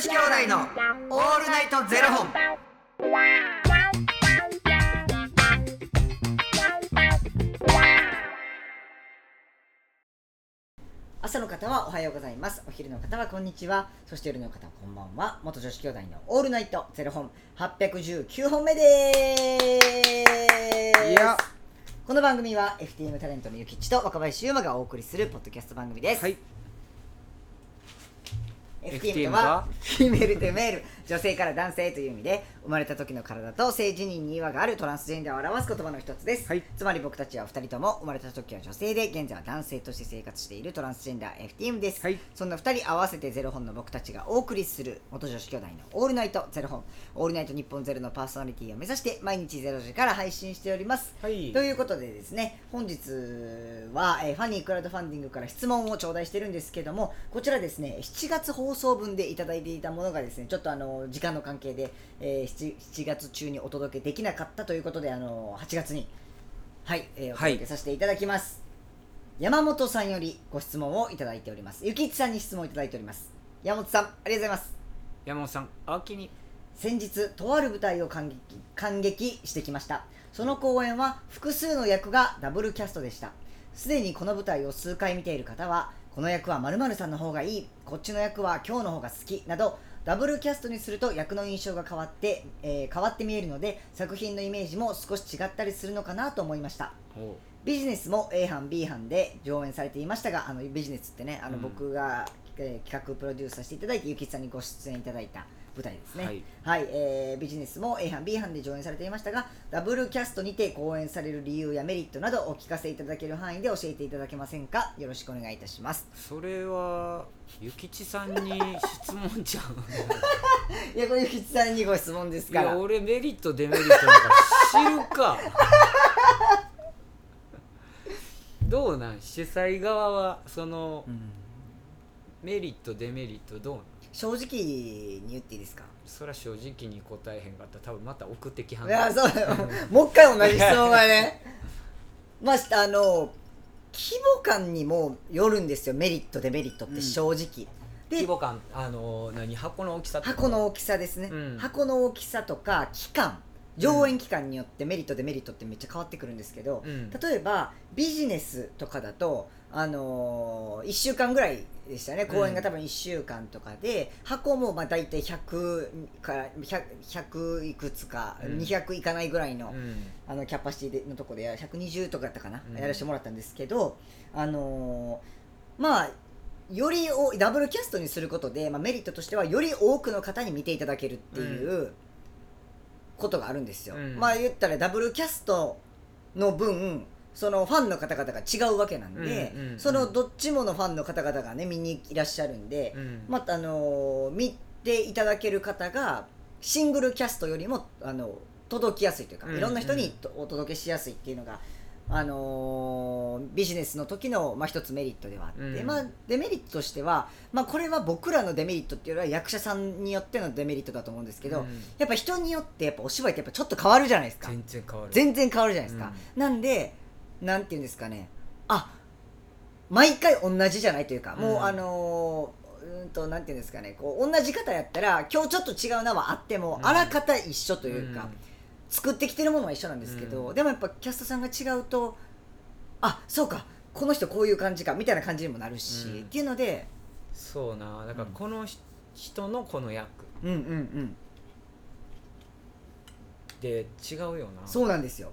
子兄弟のオールナイトゼロ本。 朝の方はおはようございます。お昼の方はこんにちは。そして夜の方はこんばんは。元女子兄弟のオールナイトゼロ本819本目です。 いや、 この番組は FTM タレントのゆきちと若林優馬がお送りするポッドキャスト番組です。 はい。 FTM とはフィメールとメール、女性から男性という意味で、生まれた時の体と性自認に違和があるトランスジェンダーを表す言葉の一つです。 はい、 つまり僕たちは2人とも生まれた時は女性で現在は男性として生活しているトランスジェンダー FTM です。 はい、 そんな2人合わせてゼロ本の僕たちがお送りする元女子兄弟のオールナイトゼロ本、オールナイト日本ゼロのパーソナリティを目指して毎日0時から配信しております。 はい、 ということでですね、本日は、ファニークラウドファンディングから質問を頂戴してるんですけども、こちらですね、7月放送分でいただいていたものがですね、ちょっと時間の関係で、7月中にお届けできなかったということで、8月に、はい、お届けさせていただきます。山本さんよりご質問をいただいております。ゆきちさんに質問をいただいております。山本さん、ありがとうございます。 山本さん、秋に先日とある舞台を感激してきました。その公演は複数の役がダブルキャストでした。すでにこの舞台を数回見ている方は、この役は〇〇さんの方がいい、こっちの役は今日の方が好きなど、ダブルキャストにすると役の印象が変わって見えるので、作品のイメージも少し違ったりするのかなと思いました。ビジネスも A 班 B 班で上演されていましたが、ビジネスってね、僕が、企画プロデュースさせていただいて、ゆきちさんにご出演いただいた舞台ですね。はい、ビジネスも A 班 B 班で上演されていましたが、ダブルキャストにて公演される理由やメリットなどお聞かせいただける範囲で教えていただけませんか。よろしくお願いいたします。 それはゆきちさんに質問じゃんいや、これゆきちさんにご質問ですから。 いや、俺メリットデメリットなんか知るかどうなん、主催側はその、メリットデメリットどうなん。 正直に言っていいですか。 そりゃ正直に答えへんかったら多分また送ってきはん。 いや、そうもう一回同じ質問がねまあ規模感にもよるんですよ、メリットデメリットって正直、で規模感、箱の大きさとか。 箱の大きさですね、箱の大きさとか期間、上演期間によってメリットデメリットってめっちゃ変わってくるんですけど、例えばビジネスとかだと1週間ぐらいでしたね、公演が多分1週間とかで、箱もまあ大体100から100いくつか、200いかないぐらいの、キャパシティのとこで120とかだったかな、やらせてもらったんですけど、まあよりダブルキャストにすることで、メリットとしてはより多くの方に見ていただけるっていうことがあるんですよ。言ったらダブルキャストの分、そのファンの方々が違うわけなんで、そのどっちものファンの方々がね見にいらっしゃるんで、また見ていただける方がシングルキャストよりも届きやすいというか、いろんな人にお届けしやすいっていうのがビジネスの時の、一つメリットではあって、デメリットとしては、これは僕らのデメリットっていうよりは役者さんによってのデメリットだと思うんですけど、やっぱ人によってやっぱお芝居ってやっぱちょっと変わるじゃないですか。全然変わるじゃないですか、なんでなんていうんですかね、毎回同じじゃないというか、もうなんていうんですかね、こう同じ方やったら今日ちょっと違うなはあっても、あらかた一緒というか、作ってきてるものは一緒なんですけど、でもやっぱキャストさんが違うと、そうか、この人こういう感じかみたいな感じにもなるし、っていうので、 そうな、だからこの人のこの役、で違うよな。 そうなんですよ。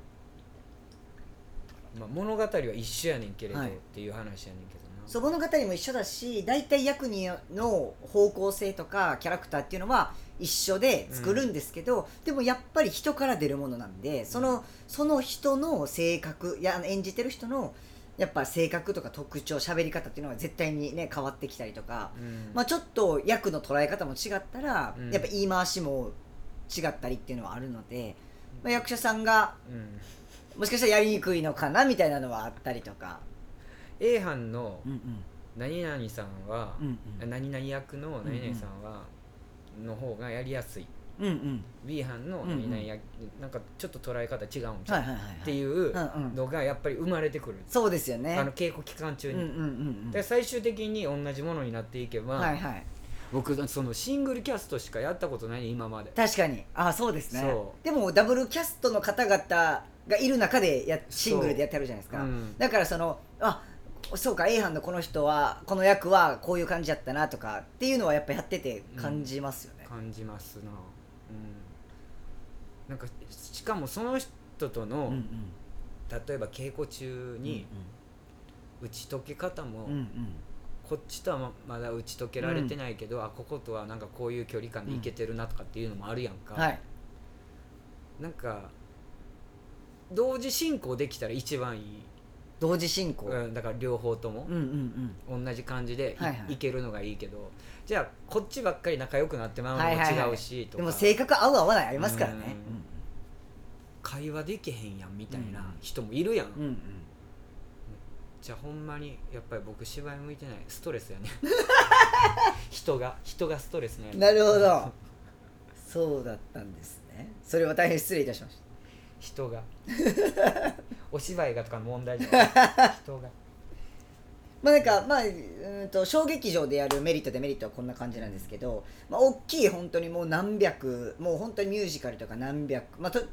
物語は一緒やねんけれど、っていう話やねんけどな。 そう、物語も一緒だし、だいたい役の方向性とかキャラクターっていうのは一緒で作るんですけど、でもやっぱり人から出るものなんで、その人の性格や演じてる人のやっぱ性格とか特徴、喋り方っていうのは絶対にね変わってきたりとか、ちょっと役の捉え方も違ったら、やっぱ言い回しも違ったりっていうのはあるので、役者さんが、もしかしたらやりにくいのかなみたいなのはあったりとか。 A 班の何々さんは、何々役の何々さんは、の方がやりやすい、B 班の何々役、なんかちょっと捉え方違うんちゃうっていうのがやっぱり生まれてくる。 そうですよね、 稽古期間中に、で最終的に同じものになっていけば、 僕そのシングルキャストしかやったことない今まで。 確かにそうですね。でもダブルキャストの方々がいる中でシングルでやってるじゃないですか、だからそうか A 班のこの人はこの役はこういう感じやったなとかっていうのはやっぱやってて感じますよね、 感じますな。なんかしかもその人との、例えば稽古中に打ち解け方も、こっちとはまだ打ち解けられてないけど、こことはなんかこういう距離感でいけてるなとかっていうのもあるやんか、なんか同時進行できたら一番いい。 同時進行、 だから両方とも同じ感じでいけるのがいいけど、じゃあこっちばっかり仲良くなってまうのも違うしとか、 でも性格合う合わないありますからね、 会話できへんやんみたいな人もいるやん、じゃあほんまにやっぱり僕芝居向いてない、ストレスやね人がストレスね。 なるほどそうだったんですね。それは大変失礼いたしました。 人がお芝居がとかの問題じゃない人が小劇場でやるメリットデメリットはこんな感じなんですけど、大きい本当にもう何百、もう本当にミュージカルとか何百、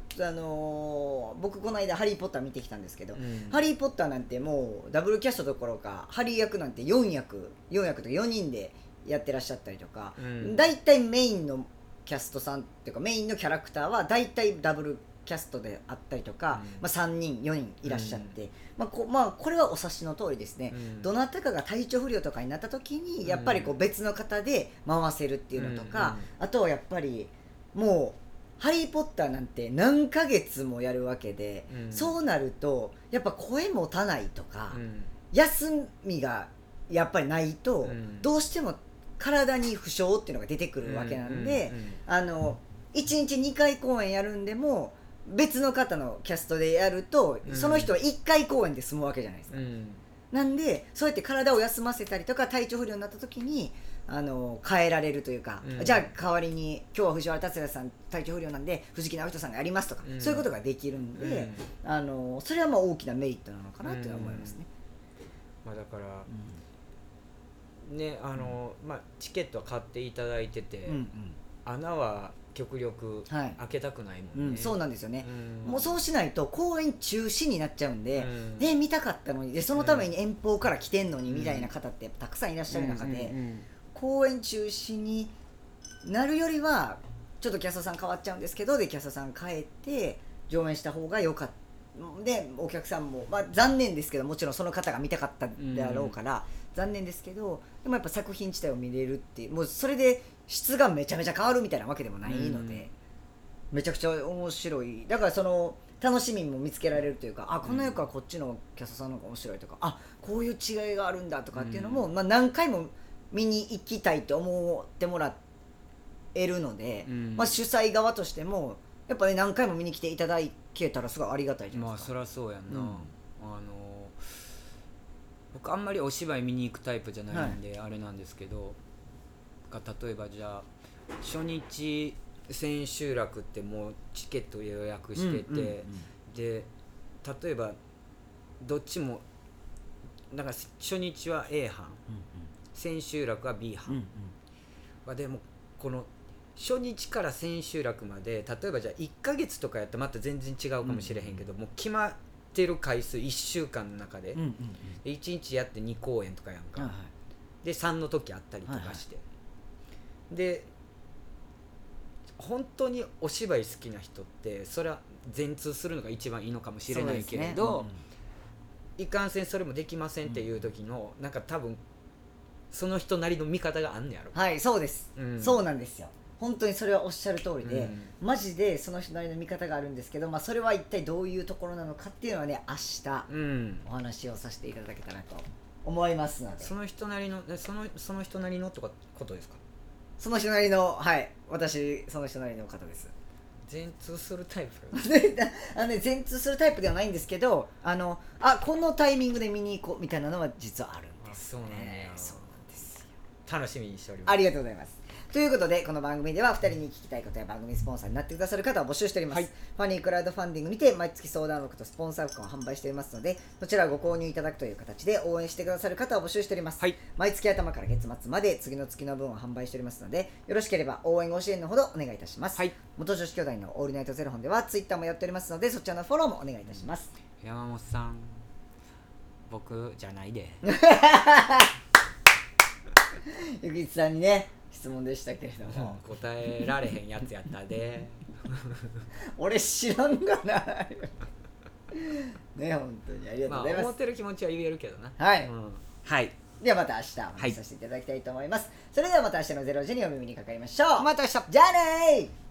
僕この間ハリーポッター見てきたんですけど、ハリーポッターなんてもうダブルキャストどころかハリー役なんて4役とか4人でやってらっしゃったりとか、だいたいメインのキャストさんっていうかメインのキャラクターはだいたいダブルキャストであったりとか、3人4人いらっしゃって、これはお察しの通りですね、どなたかが体調不良とかになった時にやっぱり別の方で回せるっていうのとか、あとはやっぱりもうハリーポッターなんて何ヶ月もやるわけで、そうなるとやっぱ声持たないとか、休みがやっぱりないと、どうしても体に負傷っていうのが出てくるわけなんで、1日2回公演やるんでも別の方のキャストでやると、その人は1回公演で済むわけじゃないですか、なんでそうやって体を休ませたりとか体調不良になった時に変えられるというか、じゃあ代わりに今日は藤原竜也さん体調不良なんで藤木直人さんがやりますとか、そういうことができるんで、それは大きなメリットなのかなと思いますね。 だから、ねチケットは買っていただいてて、穴は極力開けたくないもんね、 そうなんですよね、もうそうしないと公演中止になっちゃうんで、見たかったのにでそのために遠方から来てんのにみたいな方ってたくさんいらっしゃる中で、公演中止になるよりはちょっとキャストさん変わっちゃうんですけどでキャストさん変えて上演した方が良かったで、お客さんも、残念ですけどもちろんその方が見たかったであろうから、残念ですけどでもやっぱ作品自体を見れるっていう、もうそれで質がめちゃめちゃ変わるみたいなわけでもないので、めちゃくちゃ面白い。だからその楽しみも見つけられるというか、この役はこっちのキャストさんの方が面白いとか、こういう違いがあるんだとかっていうのも、何回も見に行きたいと思ってもらえるので、主催側としてもやっぱり何回も見に来ていただけたらすごいありがたいじゃないですか。 そりゃそうやんな、僕あんまりお芝居見に行くタイプじゃないんで、あれなんですけど、例えばじゃあ初日千秋楽ってもうチケット予約してて、で例えばどっちもだから初日は A 班、千秋楽は B 班、でもこの初日から千秋楽まで例えばじゃあ1ヶ月とかやったらまた全然違うかもしれへんけど、もう決まってる回数1週間の中で、で1日やって2公演とかやんか、で3の時あったりとかして、で本当にお芝居好きな人ってそれは全通するのが一番いいのかもしれないけれど、いかんせんそれもできませんっていう時の、なんか多分その人なりの見方があんねやろ。 はい、そうです、そうなんですよ。本当にそれはおっしゃる通りで、マジでその人なりの見方があるんですけど、それは一体どういうところなのかっていうのはね、明日、お話をさせていただけたらと思いますので。 その人なりのその人なりのとかことですか？ その人なりの、私その人なりの方です。 全通するタイプ全通するタイプではないんですけど、このタイミングで見に行こうみたいなのは実はあるんです、 そうなんですよ。 そうなんですよ。 楽しみにしております。 ありがとうございます。 ということでこの番組では2人に聞きたいことや番組スポンサーになってくださる方を募集しております、ファニークラウドファンディングにて毎月相談枠とスポンサー服を販売していますので、そちらをご購入いただくという形で応援してくださる方を募集しております、毎月頭から月末まで次の月の分を販売しておりますので、よろしければ応援ご支援のほどお願いいたします、元女子兄弟のオールナイトゼロ本ではツイッターもやっておりますので、そちらのフォローもお願いいたします。 山本さん、僕じゃないでゆきちさんにね質問でしたけれども、 答えられへんやつやったで俺知らんがなね、本当にありがとうございます。 思ってる気持ちは言えるけどな。 はい、 はい。 ではまた明日お話しさせていただきたいと思います、それではまた明日の0時にお耳にかかりましょう。 また明日。 じゃあねー。